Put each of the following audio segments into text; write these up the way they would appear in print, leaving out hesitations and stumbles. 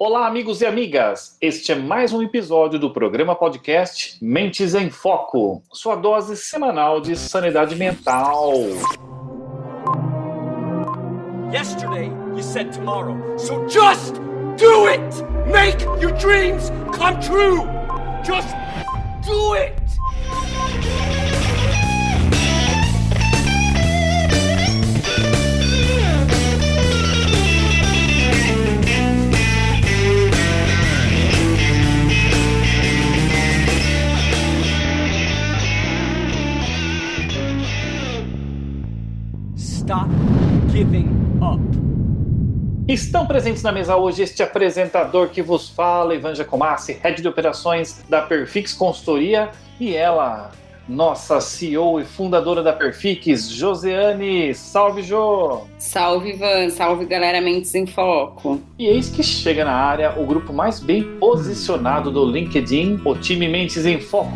Olá, amigos e amigas! Este é mais um episódio do programa podcast Mentes em Foco, sua dose semanal de sanidade mental. Yesterday you said tomorrow, so just do it! Make your dreams come true! Just do it! Stop giving up. Estão presentes na mesa hoje este apresentador que vos fala, Ivan Giacomassi, Head de Operações da Perfix Consultoria, e ela, nossa CEO e fundadora da Perfix, Josiane. Salve, Jô! Salve, Ivan! Salve, galera Mentes em Foco! E eis que chega na área o grupo mais bem posicionado do LinkedIn, o time Mentes em Foco.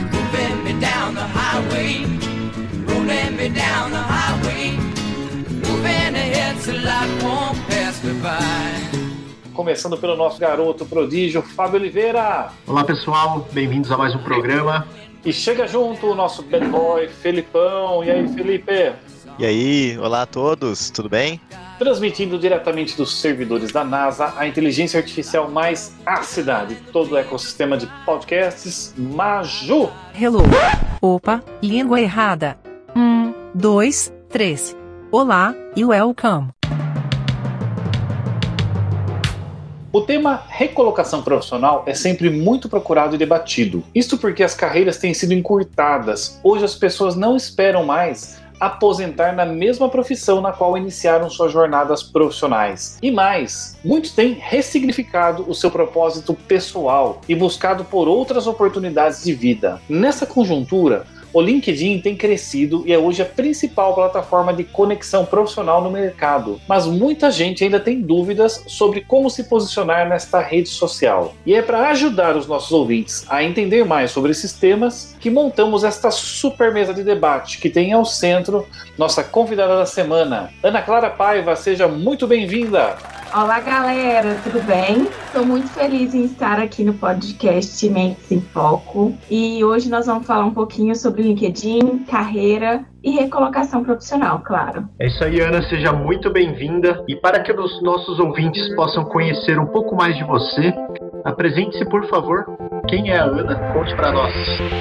Começando pelo nosso garoto prodígio, Fábio Oliveira. Olá, pessoal, bem-vindos a mais um programa. E chega junto o nosso bad boy, Felipão. E aí, Felipe? E aí, olá a todos, tudo bem? Transmitindo diretamente dos servidores da NASA, a inteligência artificial mais ácida de todo o ecossistema de podcasts, Maju. Hello. Opa, língua errada. 1, 2, 3. Olá e welcome. O tema recolocação profissional é sempre muito procurado e debatido. Isto porque as carreiras têm sido encurtadas. Hoje as pessoas não esperam mais aposentar na mesma profissão na qual iniciaram suas jornadas profissionais. E mais, muitos têm ressignificado o seu propósito pessoal e buscado por outras oportunidades de vida. Nessa conjuntura, o LinkedIn tem crescido e é hoje a principal plataforma de conexão profissional no mercado, mas muita gente ainda tem dúvidas sobre como se posicionar nesta rede social. E é para ajudar os nossos ouvintes a entender mais sobre esses temas que montamos esta super mesa de debate que tem ao centro nossa convidada da semana, Ana Clara Paiva. Seja muito bem-vinda! Olá, galera, tudo bem? Estou muito feliz em estar aqui no podcast Mentes em Foco e hoje nós vamos falar um pouquinho sobre LinkedIn, carreira e recolocação profissional, claro. É isso aí, Ana, seja muito bem-vinda. E para que os nossos ouvintes possam conhecer um pouco mais de você, apresente-se, por favor. Quem é a Ana? Conte para nós.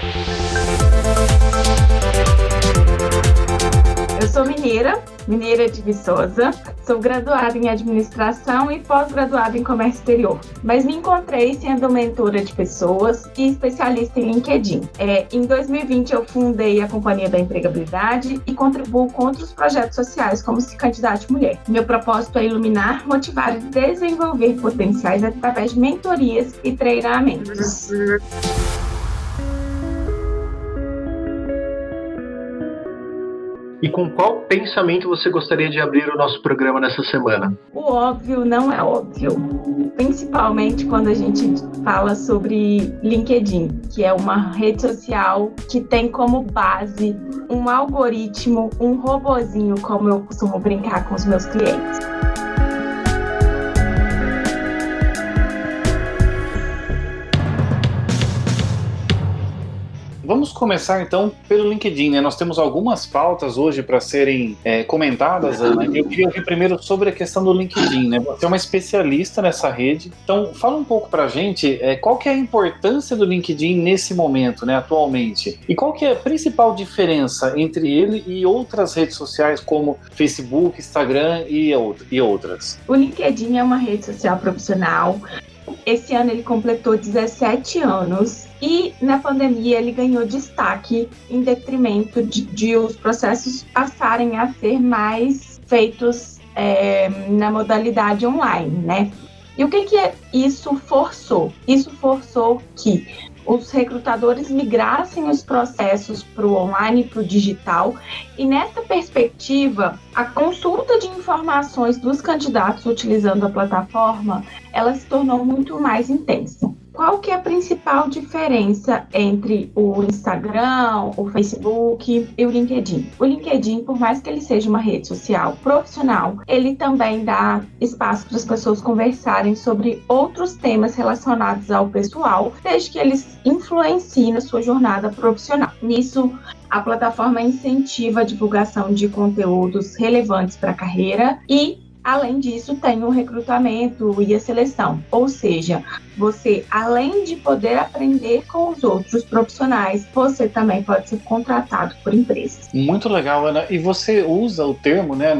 Eu sou mineira de Viçosa, sou graduada em administração e pós-graduada em comércio exterior, mas me encontrei sendo mentora de pessoas e especialista em LinkedIn. Em 2020 eu fundei a Companhia da Empregabilidade e contribuo com outros projetos sociais como Se Candidate Mulher. Meu propósito é iluminar, motivar e desenvolver potenciais através de mentorias e treinamentos. E com qual pensamento você gostaria de abrir o nosso programa nessa semana? O óbvio não é óbvio, principalmente quando a gente fala sobre LinkedIn, que é uma rede social que tem como base um algoritmo, um robozinho, como eu costumo brincar com os meus clientes. Vamos começar então pelo LinkedIn, né? Nós temos algumas pautas hoje para serem comentadas, Ana. Eu queria ouvir primeiro sobre a questão do LinkedIn, né? Você é uma especialista nessa rede, então fala um pouco para a gente qual que é a importância do LinkedIn nesse momento, né, atualmente, e qual que é a principal diferença entre ele e outras redes sociais como Facebook, Instagram e outras. O LinkedIn é uma rede social profissional. Esse ano ele completou 17 anos e na pandemia ele ganhou destaque em detrimento de os processos passarem a ser mais feitos na modalidade online, né? E o que isso forçou? Isso forçou que os recrutadores migrassem os processos para o online e para o digital, e nessa perspectiva, a consulta de informações dos candidatos utilizando a plataforma, ela se tornou muito mais intensa. qual que é a principal diferença entre o Instagram, o Facebook e o LinkedIn? O LinkedIn, por mais que ele seja uma rede social profissional, ele também dá espaço para as pessoas conversarem sobre outros temas relacionados ao pessoal, desde que eles influenciem na sua jornada profissional. Nisso, a plataforma incentiva a divulgação de conteúdos relevantes para a carreira e, além disso, tem o recrutamento e a seleção. Ou seja, você, além de poder aprender com os outros profissionais, você também pode ser contratado por empresas. Muito legal, Ana. E você usa o termo, né,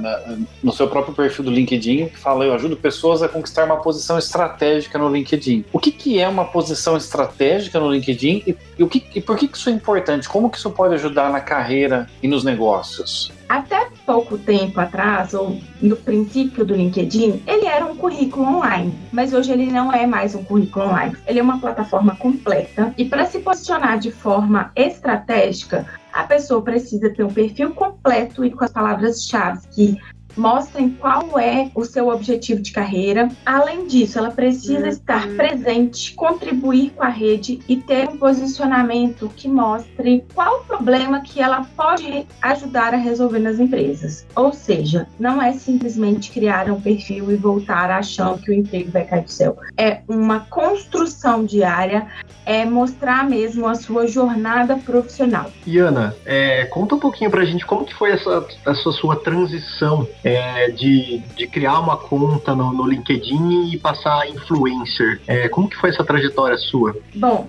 no seu próprio perfil do LinkedIn, que fala: eu ajudo pessoas a conquistar uma posição estratégica no LinkedIn. O que é uma posição estratégica no LinkedIn e por que isso é importante? Como que isso pode ajudar na carreira e nos negócios? Até pouco tempo atrás, ou no princípio do LinkedIn, ele era um currículo online, mas hoje ele não é mais um currículo online. Ele é uma plataforma completa e, para se posicionar de forma estratégica, a pessoa precisa ter um perfil completo e com as palavras-chave que mostrem qual é o seu objetivo de carreira. Além disso, ela precisa estar presente, contribuir com a rede e ter um posicionamento que mostre qual o problema que ela pode ajudar a resolver nas empresas. Ou seja, não é simplesmente criar um perfil e voltar achando que o emprego vai cair do céu. É uma construção diária, é mostrar mesmo a sua jornada profissional. E Ana, conta um pouquinho pra gente como que foi essa sua transição de criar uma conta no LinkedIn e passar a influencer. Como que foi essa trajetória sua? Bom,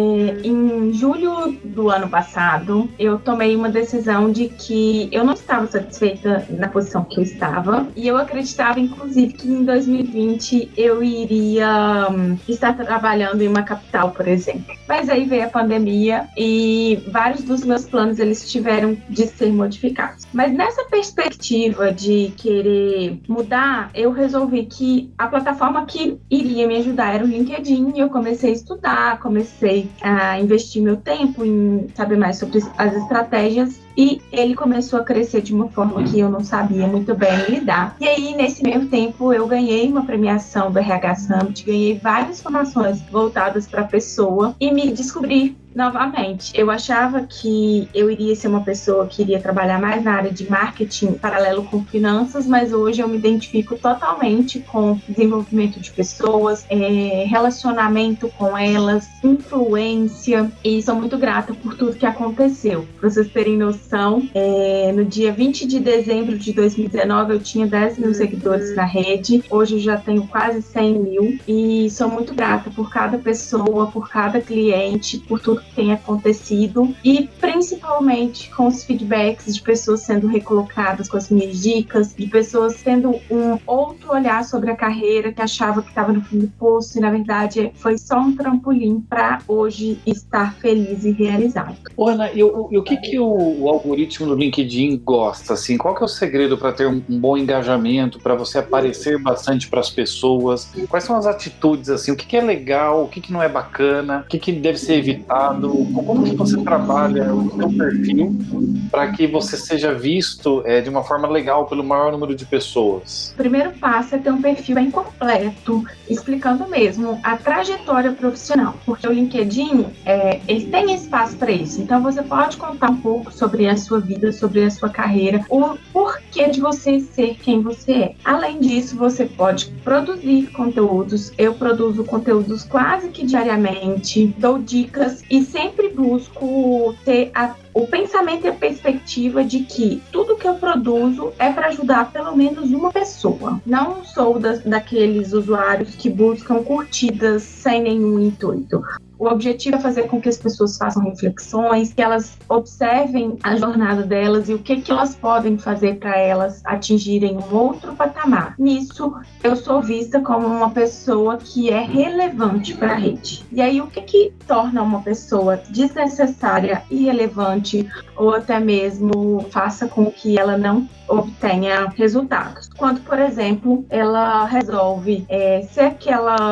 em julho do ano passado, eu tomei uma decisão de que eu não estava satisfeita na posição que eu estava e eu acreditava, inclusive, que em 2020 eu iria estar trabalhando em uma capital, por exemplo. Mas aí veio a pandemia e vários dos meus planos eles tiveram de ser modificados. Mas nessa perspectiva de querer mudar, eu resolvi que a plataforma que iria me ajudar era o LinkedIn e eu comecei a estudar, comecei a investir meu tempo em saber mais sobre as estratégias e ele começou a crescer de uma forma que eu não sabia muito bem lidar. E aí, nesse meio tempo, eu ganhei uma premiação do RH Summit, ganhei várias formações voltadas para a pessoa e me descobri novamente. Eu achava que eu iria ser uma pessoa que iria trabalhar mais na área de marketing paralelo com finanças, mas hoje eu me identifico totalmente com desenvolvimento de pessoas, relacionamento com elas, influência, e sou muito grata por tudo que aconteceu. Para vocês terem noção, no dia 20 de dezembro de 2019 eu tinha 10 mil seguidores na rede, hoje eu já tenho quase 100 mil e sou muito grata por cada pessoa, por cada cliente, por tudo que tem acontecido e principalmente com os feedbacks de pessoas sendo recolocadas com as minhas dicas, de pessoas tendo um outro olhar sobre a carreira que achava que estava no fim do poço e na verdade foi só um trampolim para hoje estar feliz e realizado. Ana, e o que o algoritmo do LinkedIn gosta? Assim, qual que é o segredo para ter um bom engajamento, para você aparecer bastante para as pessoas? Quais são as atitudes, assim, o que é legal, o que não é bacana, o que deve ser evitado? Como que você trabalha o seu perfil para que você seja visto de uma forma legal pelo maior número de pessoas? O primeiro passo é ter um perfil bem completo, explicando mesmo a trajetória profissional, porque o LinkedIn ele tem espaço para isso, então você pode contar um pouco sobre a sua vida, sobre a sua carreira, o porquê de você ser quem você é. Além disso, você pode produzir conteúdos, eu produzo conteúdos quase que diariamente, dou dicas e sempre busco ter o pensamento e a perspectiva de que tudo que eu produzo é para ajudar pelo menos uma pessoa. Não sou daqueles usuários que buscam curtidas sem nenhum intuito. O objetivo é fazer com que as pessoas façam reflexões, que elas observem a jornada delas e o que elas podem fazer para elas atingirem um outro patamar. Nisso, eu sou vista como uma pessoa que é relevante para a rede. E aí, o que torna uma pessoa desnecessária, irrelevante ou até mesmo faça com que ela não obtenha resultados? Quando, por exemplo, ela resolve ser aquela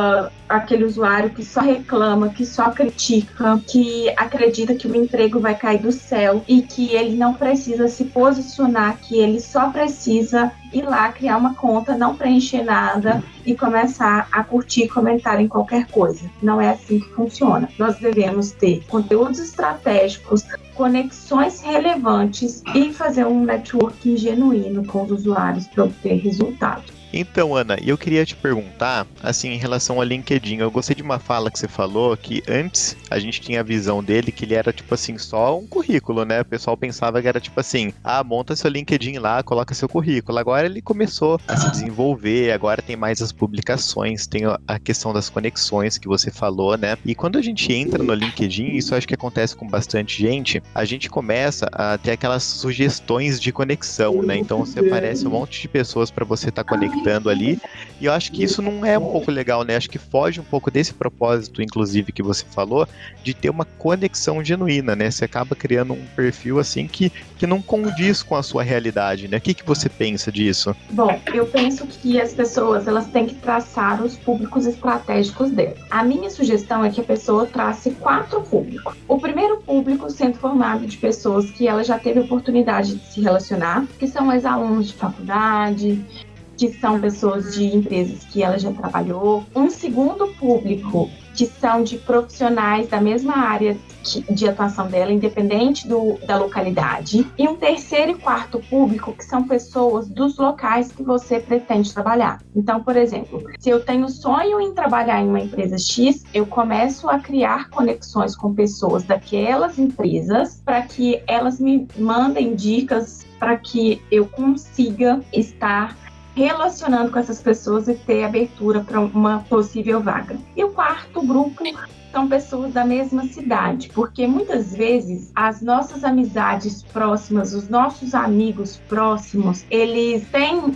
aquele usuário que só reclama, que só critica, que acredita que o emprego vai cair do céu e que ele não precisa se posicionar, que ele só precisa ir lá, criar uma conta, não preencher nada e começar a curtir e comentar em qualquer coisa. Não é assim que funciona. Nós devemos ter conteúdos estratégicos, conexões relevantes e fazer um networking genuíno com os usuários para obter resultados. Então, Ana, eu queria te perguntar, assim, em relação ao LinkedIn, eu gostei de uma fala que você falou, que antes a gente tinha a visão dele que ele era, tipo assim, só um currículo, né? O pessoal pensava que era, tipo assim, monta seu LinkedIn lá, coloca seu currículo. Agora ele começou a se desenvolver, agora tem mais as publicações, tem a questão das conexões que você falou, né? E quando a gente entra no LinkedIn, isso acho que acontece com bastante gente, a gente começa a ter aquelas sugestões de conexão, né? Então você aparece um monte de pessoas para você estar conectando ali, e eu acho que isso não é um pouco legal, né? Acho que foge um pouco desse propósito, inclusive, que você falou, de ter uma conexão genuína, né? Você acaba criando um perfil, assim, que não condiz com a sua realidade, né? O que você pensa disso? Bom, eu penso que as pessoas, elas têm que traçar os públicos estratégicos delas. A minha sugestão é que a pessoa trace 4 públicos. O primeiro público sendo formado de pessoas que ela já teve oportunidade de se relacionar, que são ex-alunos de faculdade, que são pessoas de empresas que ela já trabalhou. Um segundo público, que são de profissionais da mesma área de atuação dela, independente da localidade. E um terceiro e quarto público, que são pessoas dos locais que você pretende trabalhar. Então, por exemplo, se eu tenho sonho em trabalhar em uma empresa X, eu começo a criar conexões com pessoas daquelas empresas para que elas me mandem dicas para que eu consiga estar relacionando com essas pessoas e ter abertura para uma possível vaga. E o quarto grupo são pessoas da mesma cidade, porque muitas vezes as nossas amizades próximas, os nossos amigos próximos, eles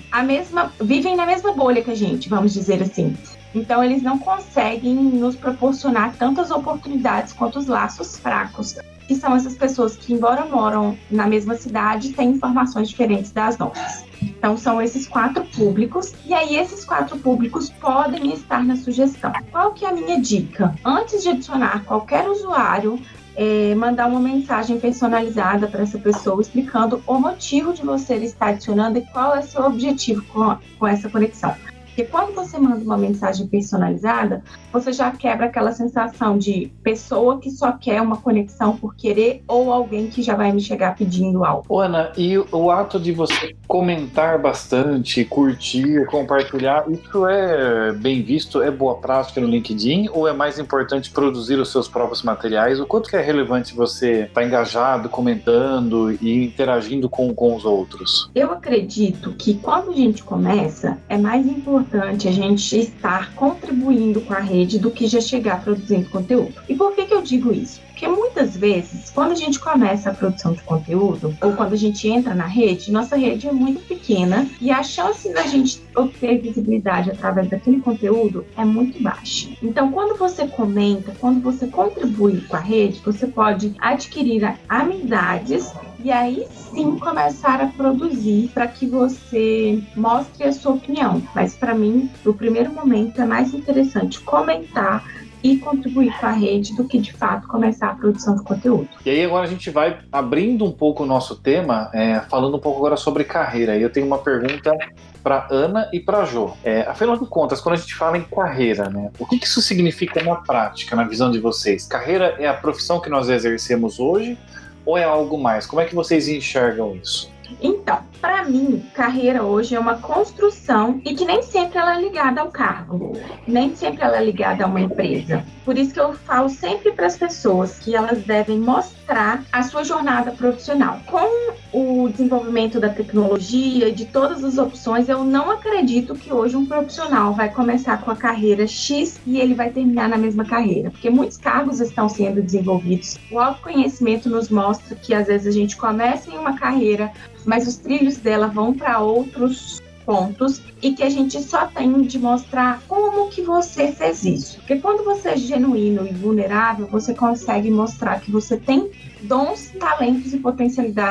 vivem na mesma bolha que a gente, vamos dizer assim. Então, eles não conseguem nos proporcionar tantas oportunidades quanto os laços fracos, que são essas pessoas que, embora moram na mesma cidade, têm informações diferentes das nossas. Então, são esses 4 públicos, e aí esses 4 públicos podem estar na sugestão. Qual que é a minha dica? Antes de adicionar qualquer usuário, mandar uma mensagem personalizada para essa pessoa, explicando o motivo de você estar adicionando e qual é o seu objetivo com essa conexão. Porque quando você manda uma mensagem personalizada, você já quebra aquela sensação de pessoa que só quer uma conexão por querer ou alguém que já vai me chegar pedindo algo. Ana, e o ato de você comentar bastante, curtir, compartilhar, isso é bem visto, é boa prática no LinkedIn ou é mais importante produzir os seus próprios materiais? O quanto que é relevante você estar engajado, comentando e interagindo com os outros? Eu acredito que quando a gente começa, é mais importante a gente estar contribuindo com a rede do que já chegar produzindo conteúdo. E por que eu digo isso? Porque muitas vezes, quando a gente começa a produção de conteúdo, ou quando a gente entra na rede, nossa rede é muito pequena e a chance da gente obter visibilidade através daquele conteúdo é muito baixa. Então, quando você comenta, quando você contribui com a rede, você pode adquirir amizades e aí sim começar a produzir para que você mostre a sua opinião. Mas para mim, no primeiro momento, é mais interessante comentar e contribuir com a rede do que de fato começar a produção de conteúdo. E aí agora a gente vai abrindo um pouco o nosso tema, falando um pouco agora sobre carreira. E eu tenho uma pergunta para Ana e para Jô. Afinal de contas, quando a gente fala em carreira, né, o que isso significa na prática, na visão de vocês? Carreira é a profissão que nós exercemos hoje ou é algo mais? Como é que vocês enxergam isso? Então, para mim, carreira hoje é uma construção e que nem sempre ela é ligada ao cargo, nem sempre ela é ligada a uma empresa. Por isso que eu falo sempre para as pessoas que elas devem mostrar a sua jornada profissional. Com o desenvolvimento da tecnologia e de todas as opções, eu não acredito que hoje um profissional vai começar com a carreira X e ele vai terminar na mesma carreira, porque muitos cargos estão sendo desenvolvidos. O autoconhecimento nos mostra que às vezes a gente começa em uma carreira, mas os trilhos dela vão para outros pontos e que a gente só tem de mostrar como que você fez isso. Porque quando você é genuíno e vulnerável, você consegue mostrar que você tem dons, talentos e potencialidades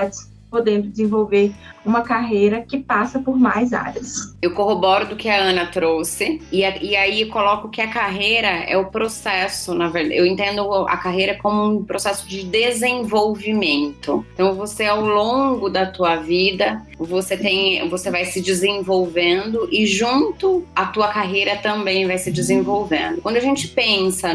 podendo desenvolver uma carreira que passa por mais áreas. Eu corroboro do que a Ana trouxe, e aí coloco que a carreira é o processo, na verdade. Eu entendo a carreira como um processo de desenvolvimento. Então, você, ao longo da tua vida, você vai se desenvolvendo e junto a tua carreira também vai se desenvolvendo. Quando a gente pensa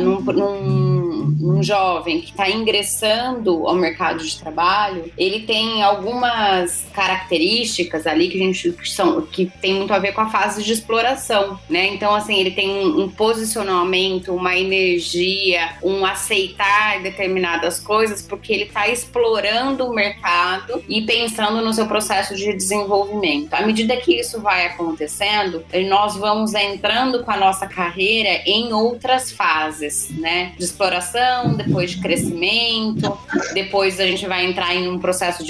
num jovem que está ingressando ao mercado de trabalho, ele tem algumas características ali que tem muito a ver com a fase de exploração, né? Então, assim, ele tem um posicionamento, uma energia, um aceitar determinadas coisas, porque ele está explorando o mercado e pensando no seu processo de desenvolvimento. À medida que isso vai acontecendo, nós vamos entrando com a nossa carreira em outras fases, né? De exploração, depois de crescimento, depois a gente vai entrar em um processo de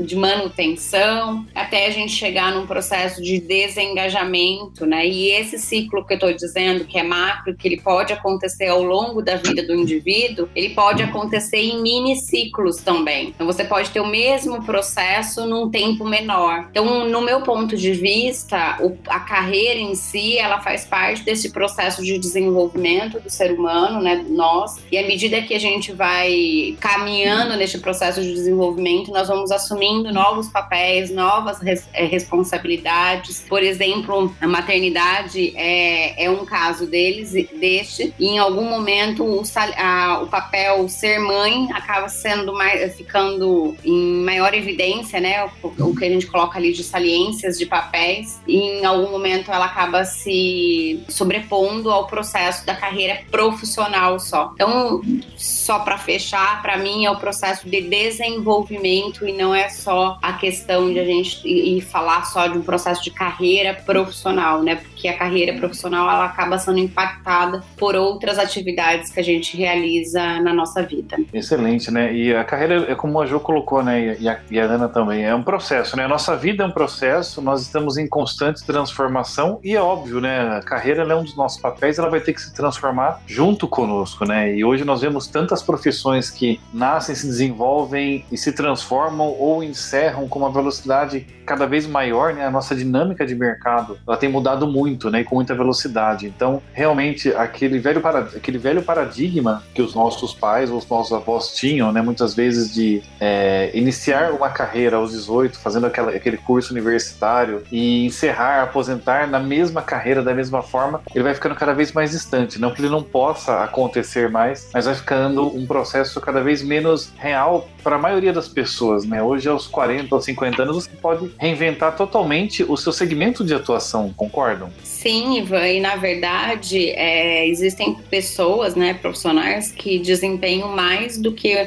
manutenção, até a gente chegar num processo de desengajamento, né? E esse ciclo que eu estou dizendo, que é macro, que ele pode acontecer ao longo da vida do indivíduo, ele pode acontecer em mini ciclos também. Então você pode ter o mesmo processo num tempo menor. Então, no meu ponto de vista, a carreira em si, ela faz parte desse processo de desenvolvimento do ser humano, né? Nós. E à medida que a gente vai caminhando nesse processo de desenvolvimento, nós vamos assumindo novos papéis, novas responsabilidades. Por exemplo, a maternidade é um caso deste, e em algum momento o papel ser mãe acaba ficando em maior evidência, né? O que a gente coloca ali de saliências de papéis, e em algum momento ela acaba se sobrepondo ao processo da carreira profissional só. Então, só para fechar, para mim é o processo de desenvolvimento e não é só a questão de a gente ir falar só de um processo de carreira profissional, né? Porque a carreira profissional ela acaba sendo impactada por outras atividades que a gente realiza na nossa vida. Excelente, né? E a carreira, é como a Jo colocou, né? E a Ana também, é um processo, né? A nossa vida é um processo, nós estamos em constante transformação e é óbvio, né? A carreira ela é um dos nossos papéis, ela vai ter que se transformar junto conosco, né? E hoje nós vemos tantas profissões que nascem, se desenvolvem e se transformam ou encerram com uma velocidade cada vez maior, né? A nossa dinâmica de mercado, ela tem mudado muito, né? E com muita velocidade. Então, realmente, aquele velho paradigma que os nossos pais, os nossos avós tinham, né? Muitas vezes de iniciar uma carreira aos 18, fazendo aquele curso universitário e encerrar, aposentar na mesma carreira, da mesma forma, ele vai ficando cada vez mais distante. Não que ele não possa acontecer mais, mas vai ficando um processo cada vez menos real para a maioria das pessoas, né? Hoje, aos 40 ou 50 anos, você pode reinventar totalmente o seu segmento de atuação, concordam? Sim, Ivan, e na verdade existem pessoas, né, profissionais que desempenham mais do que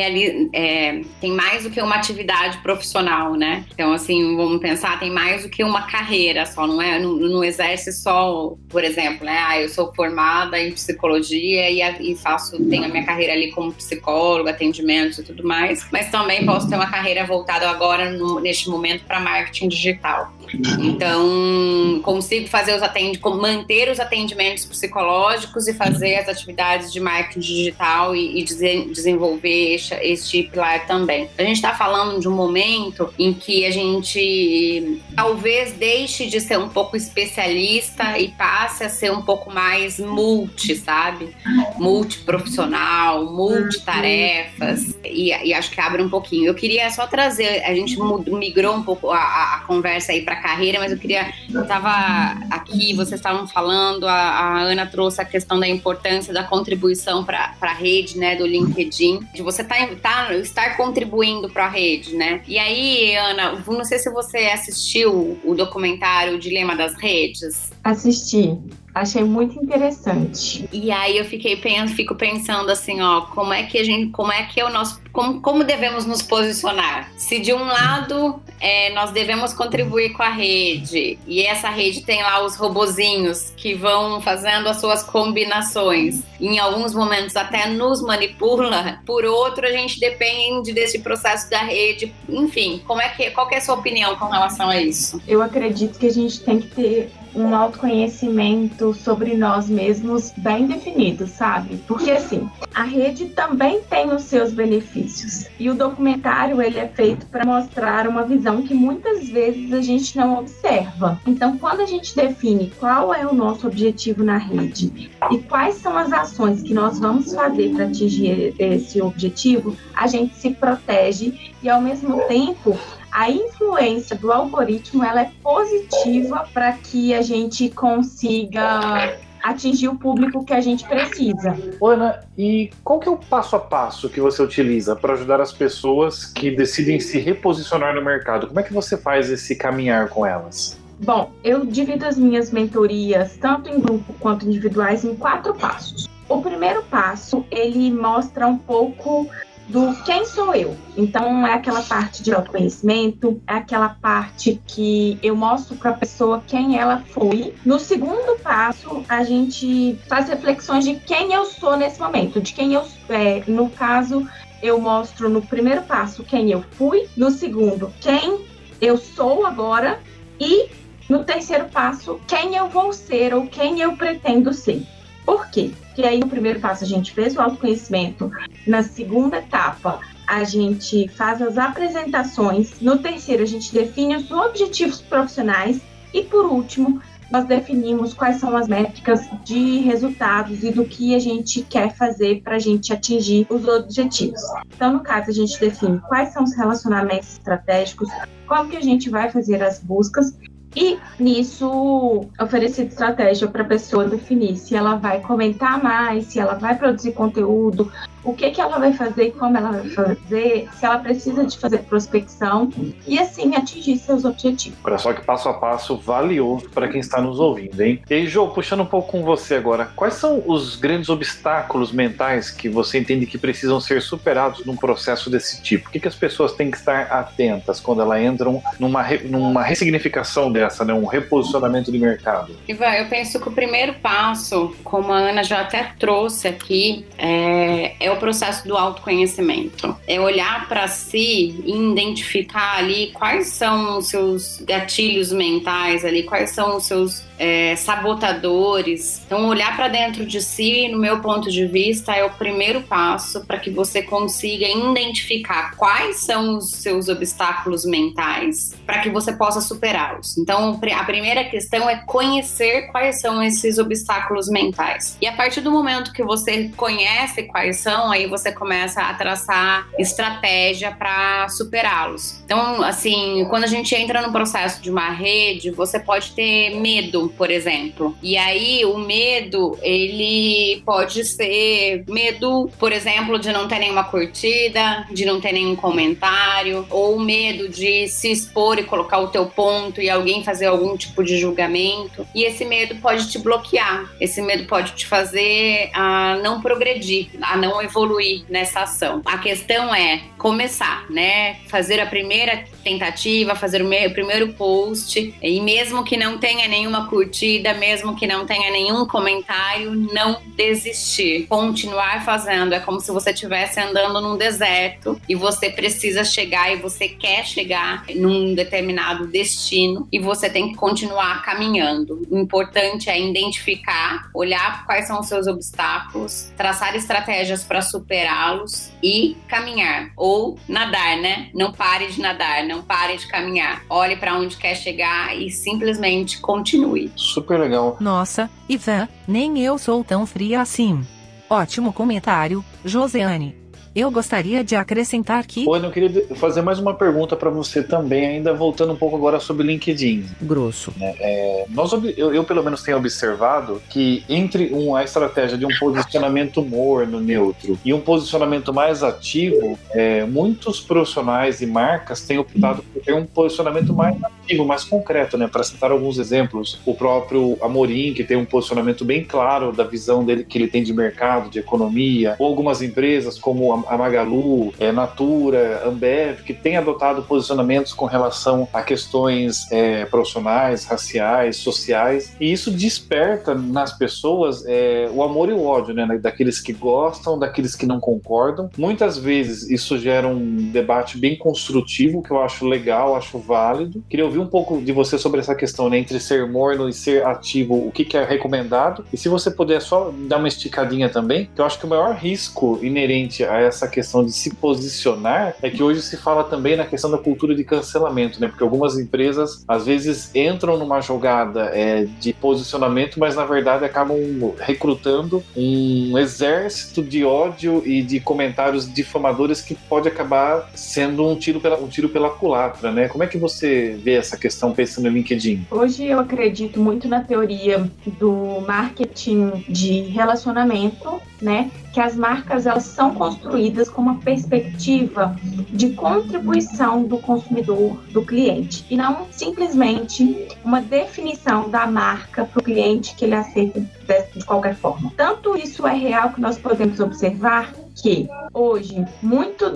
tem mais do que uma atividade profissional, né? Então, assim, vamos pensar, tem mais do que uma carreira só, não exerce só, por exemplo, né? Eu sou formada em psicologia e tenho a minha carreira ali como psicóloga, atendimentos e tudo mais, mas também posso ter uma carreira voltada agora, neste momento, para marketing digital. Então, consigo manter os atendimentos psicológicos e fazer as atividades de marketing digital e desenvolver este pilar também. A gente está falando de um momento em que a gente talvez deixe de ser um pouco especialista e passe a ser um pouco mais sabe? Multiprofissional, multitarefas, e acho que abre um pouquinho. Eu queria só trazer, a gente migrou um pouco a conversa aí para carreira, mas eu estava aqui, vocês estavam falando, a Ana trouxe a questão da importância da contribuição para a rede, né, do LinkedIn, de você estar contribuindo para a rede, né? E aí, Ana, não sei se você assistiu o documentário O Dilema das Redes. Assisti. Achei muito interessante. E aí eu fico pensando assim, ó, como devemos nos posicionar? Se de um lado nós devemos contribuir com a rede, e essa rede tem lá os robozinhos que vão fazendo as suas combinações, e em alguns momentos até nos manipula, por outro a gente depende desse processo da rede. Enfim, qual que é a sua opinião com relação a isso? Eu acredito que a gente tem que ter um autoconhecimento sobre nós mesmos bem definido, sabe? Porque assim, a rede também tem os seus benefícios. E o documentário, ele é feito para mostrar uma visão que muitas vezes a gente não observa. Então, quando a gente define qual é o nosso objetivo na rede e quais são as ações que nós vamos fazer para atingir esse objetivo, a gente se protege e, ao mesmo tempo, a influência do algoritmo ela é positiva para que a gente consiga atingir o público que a gente precisa. Ana, e qual que é o passo a passo que você utiliza para ajudar as pessoas que decidem se reposicionar no mercado? Como é que você faz esse caminhar com elas? Bom, eu divido as minhas mentorias, tanto em grupo quanto individuais, em 4 passos. O primeiro passo, ele mostra um pouco do quem sou eu. Então, é aquela parte de autoconhecimento, é aquela parte que eu mostro para a pessoa quem ela foi. No segundo passo, a gente faz reflexões de quem eu sou nesse momento, de quem eu no caso, eu mostro no primeiro passo quem eu fui, no segundo, quem eu sou agora e no terceiro passo, quem eu vou ser ou quem eu pretendo ser. Por quê? Porque aí no primeiro passo a gente fez o autoconhecimento, na segunda etapa a gente faz as apresentações, no terceiro a gente define os objetivos profissionais e por último nós definimos quais são as métricas de resultados e do que a gente quer fazer para a gente atingir os objetivos. Então, no caso, a gente define quais são os relacionamentos estratégicos, como que a gente vai fazer as buscas e, nisso, oferecer estratégia para a pessoa definir se ela vai comentar mais, se ela vai produzir conteúdo, o que ela vai fazer e como ela vai fazer, se ela precisa de fazer prospecção e, assim, atingir seus objetivos. Olha só que passo a passo valioso para quem está nos ouvindo, hein? E aí, Jô, puxando um pouco com você agora, quais são os grandes obstáculos mentais que você entende que precisam ser superados num processo desse tipo? O que as pessoas têm que estar atentas quando elas entram numa ressignificação dessa, né? Um reposicionamento de mercado? Ivan, eu penso que o primeiro passo, como a Ana já até trouxe aqui, é o processo do autoconhecimento. É olhar para si e identificar ali quais são os seus gatilhos mentais ali, quais são os seus sabotadores. Então, olhar para dentro de si, no meu ponto de vista, é o primeiro passo para que você consiga identificar quais são os seus obstáculos mentais para que você possa superá-los. Então, a primeira questão é conhecer quais são esses obstáculos mentais. E a partir do momento que você conhece quais são, aí você começa a traçar estratégia para superá-los. Então, assim, quando a gente entra no processo de uma rede, você pode ter medo, por exemplo. E aí, o medo, ele pode ser medo, por exemplo, de não ter nenhuma curtida, de não ter nenhum comentário, ou medo de se expor e colocar o teu ponto e alguém fazer algum tipo de julgamento. E esse medo pode te bloquear. Esse medo pode te fazer a não progredir, a não evoluir nessa ação. A questão é começar, né? Fazer a primeira tentativa, fazer o primeiro post, e mesmo que não tenha nenhuma curtida, mesmo que não tenha nenhum comentário, não desistir. Continuar fazendo. É como se você estivesse andando num deserto e você precisa chegar e você quer chegar num determinado destino e você tem que continuar caminhando. O importante é identificar, olhar quais são os seus obstáculos, traçar estratégias para superá-los e caminhar. Ou nadar, né? Não pare de nadar, não pare de caminhar. Olhe para onde quer chegar e simplesmente continue. Super legal. Nossa, Ivan, nem eu sou tão fria assim. Ótimo comentário, Josiane. Eu gostaria de acrescentar que... Ana, eu queria fazer mais uma pergunta para você também, ainda voltando um pouco agora sobre o LinkedIn. Grosso. Eu pelo menos tenho observado que entre a estratégia de um posicionamento morno, neutro, e um posicionamento mais ativo, muitos profissionais e marcas têm optado por ter um posicionamento mais ativo, mais concreto, né? Para citar alguns exemplos, o próprio Amorim, que tem um posicionamento bem claro da visão dele que ele tem de mercado, de economia, ou algumas empresas como a Magalu, Natura, Ambev, que tem adotado posicionamentos com relação a questões profissionais, raciais, sociais, e isso desperta nas pessoas o amor e o ódio, né? Daqueles que gostam, daqueles que não concordam. Muitas vezes isso gera um debate bem construtivo, que eu acho legal, acho válido. Queria ouvir um pouco de você sobre essa questão, né, entre ser morno e ser ativo, o que é recomendado, e se você puder só dar uma esticadinha também, que eu acho que o maior risco inerente a essa questão de se posicionar é que hoje se fala também na questão da cultura de cancelamento, né? Porque algumas empresas às vezes entram numa jogada de posicionamento, mas na verdade acabam recrutando um exército de ódio e de comentários difamadores que pode acabar sendo um tiro pela culatra, né? Como é que você vê essa questão pensando no LinkedIn? Hoje eu acredito muito na teoria do marketing de relacionamento, né? Que as marcas, elas são construídas com uma perspectiva de contribuição do consumidor, do cliente, e não simplesmente uma definição da marca para o cliente que ele aceita de qualquer forma. Tanto isso é real que nós podemos observar que hoje muito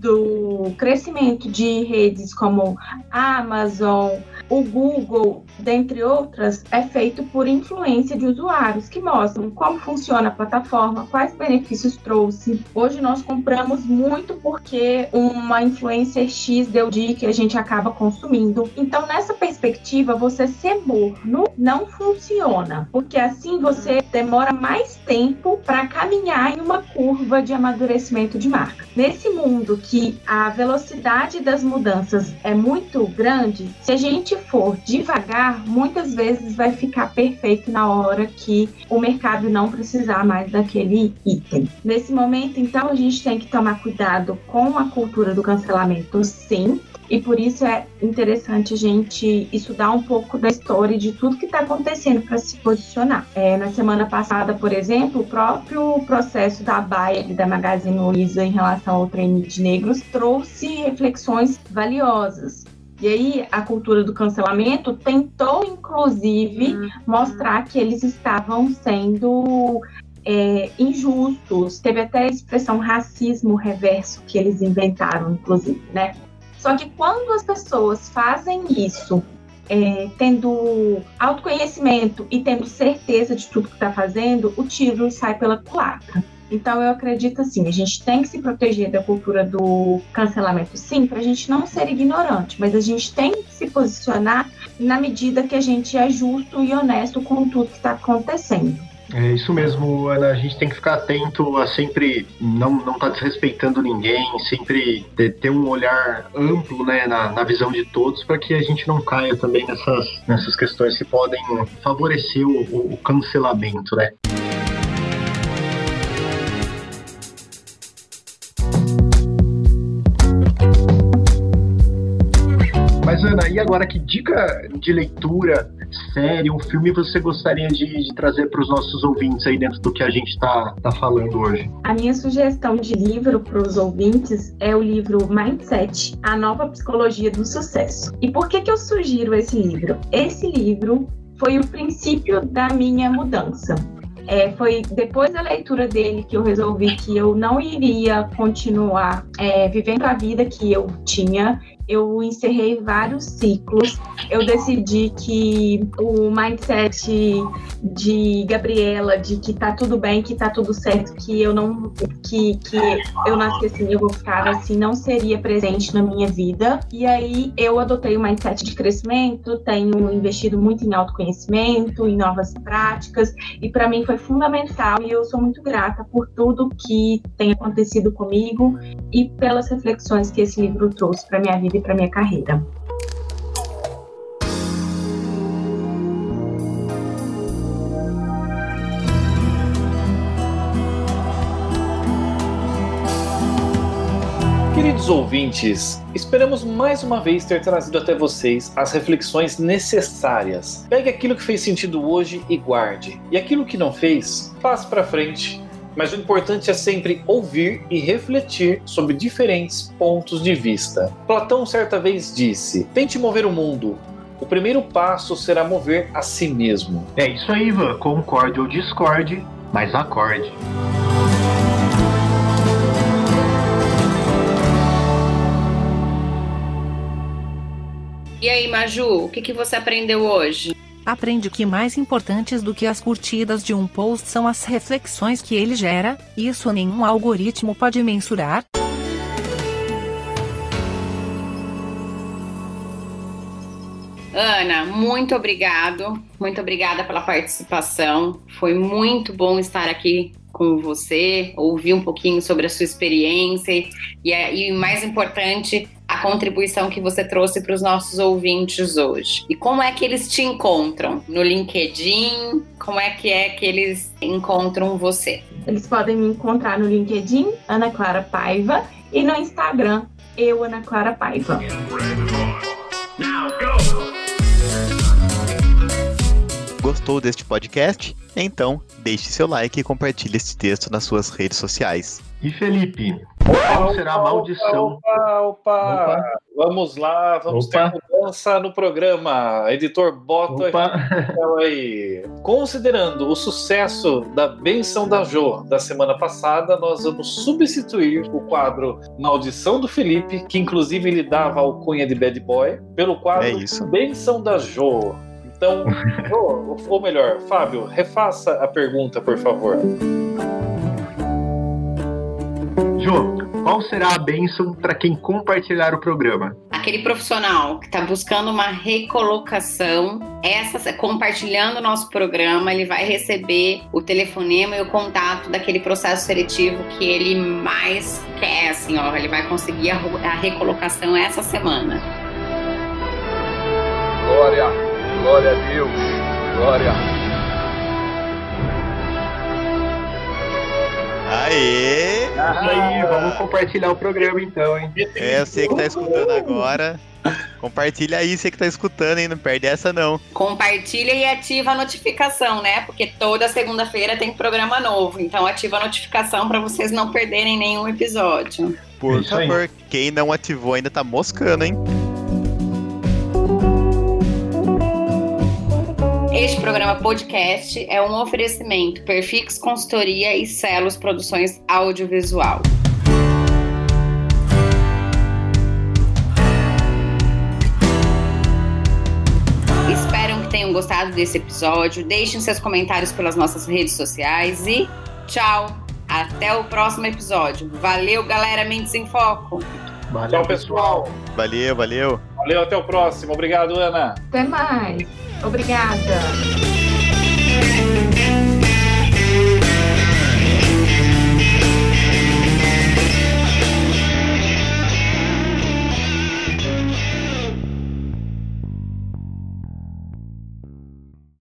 do crescimento de redes como a Amazon, o Google, dentre outras, é feito por influência de usuários que mostram como funciona a plataforma, quais benefícios trouxe. Hoje nós compramos muito porque uma influencer X deu dica que a gente acaba consumindo. Então, nessa perspectiva, você ser morno não funciona, porque assim você demora mais tempo para caminhar em uma curva de amadurecimento de marca. Nesse mundo que a velocidade das mudanças é muito grande, se a gente for devagar, muitas vezes vai ficar perfeito na hora que o mercado não precisar mais daquele item. Nesse momento, então, a gente tem que tomar cuidado com a cultura do cancelamento, sim, e por isso é interessante a gente estudar um pouco da história de tudo que está acontecendo para se posicionar. Na semana passada, por exemplo, o próprio processo da Bayer e da Magazine Luiza em relação ao treine de negros trouxe reflexões valiosas. E aí, a cultura do cancelamento tentou, inclusive, mostrar que eles estavam sendo injustos. Teve até a expressão racismo reverso que eles inventaram, inclusive, né? Só que quando as pessoas fazem isso, tendo autoconhecimento e tendo certeza de tudo que está fazendo, o tiro sai pela culatra. Então, eu acredito assim, a gente tem que se proteger da cultura do cancelamento, sim, para a gente não ser ignorante, mas a gente tem que se posicionar na medida que a gente é justo e honesto com tudo que está acontecendo. É isso mesmo, Ana, a gente tem que ficar atento a sempre não estar desrespeitando ninguém, sempre ter um olhar amplo, né, na visão de todos, para que a gente não caia também nessas questões que podem favorecer o cancelamento, né? Mas, Ana, e agora, que dica de leitura, série, um filme você gostaria de trazer para os nossos ouvintes aí dentro do que a gente está falando hoje? A minha sugestão de livro para os ouvintes é o livro Mindset, A Nova Psicologia do Sucesso. E por que eu sugiro esse livro? Esse livro foi o princípio da minha mudança. Foi depois da leitura dele que eu resolvi que eu não iria continuar vivendo a vida que eu tinha. Eu encerrei vários ciclos. Eu decidi que o mindset de Gabriela, de que tá tudo bem, que tá tudo certo, que eu nasci assim, eu vou ficar assim, não seria presente na minha vida. E aí eu adotei o mindset de crescimento, tenho investido muito em autoconhecimento, em novas práticas, e para mim foi fundamental, e eu sou muito grata por tudo que tem acontecido comigo e pelas reflexões que esse livro trouxe para minha vida e para minha carreira. Queridos ouvintes, esperamos mais uma vez ter trazido até vocês as reflexões necessárias. Pegue aquilo que fez sentido hoje e guarde, e aquilo que não fez, passe para frente. Mas o importante é sempre ouvir e refletir sobre diferentes pontos de vista. Platão certa vez disse: tente mover o mundo. O primeiro passo será mover a si mesmo. É isso aí, Ivan. Concorde ou discorde, mas acorde. E aí, Maju, o que você aprendeu hoje? Aprendi que mais importantes do que as curtidas de um post são as reflexões que ele gera, e isso nenhum algoritmo pode mensurar. Ana, muito obrigada pela participação. Foi muito bom estar aqui com você, ouvir um pouquinho sobre a sua experiência e mais importante, a contribuição que você trouxe para os nossos ouvintes hoje. E como é que eles te encontram? No LinkedIn? Como é que eles encontram você? Eles podem me encontrar no LinkedIn, Ana Clara Paiva, e no Instagram, Ana Clara Paiva. Gostou deste podcast? Então, deixe seu like e compartilhe este texto nas suas redes sociais. E Felipe, qual será a maldição? Opa. Vamos lá, vamos ter mudança no programa. Editor, bota aí. Considerando o sucesso da Benção da Jo da semana passada, nós vamos substituir o quadro Maldição do Felipe, que inclusive lhe dava a alcunha de Bad Boy, pelo quadro Benção da Jo. Então, ou melhor, Fábio, refaça a pergunta, por favor. Jô, qual será a bênção para quem compartilhar o programa? Aquele profissional que está buscando uma recolocação, compartilhando o nosso programa, ele vai receber o telefonema e o contato daquele processo seletivo que ele mais quer, assim, ó, ele vai conseguir a recolocação essa semana. Glória a Deus, glória. Aê! Aí, vamos compartilhar o programa então, hein? Você que tá escutando agora, compartilha aí, você que tá escutando, hein? Não perde essa não. Compartilha e ativa a notificação, né? Porque toda segunda-feira tem programa novo, então ativa a notificação para vocês não perderem nenhum episódio. Por favor, quem não ativou ainda tá moscando, hein? Este programa podcast é um oferecimento Perfix Consultoria e Celos Produções Audiovisual. Espero que tenham gostado desse episódio. Deixem seus comentários pelas nossas redes sociais e tchau! Até o próximo episódio. Valeu, galera Mentes em Foco! Valeu, tchau, pessoal! Valeu! Valeu, até o próximo. Obrigado, Ana! Até mais! Obrigada!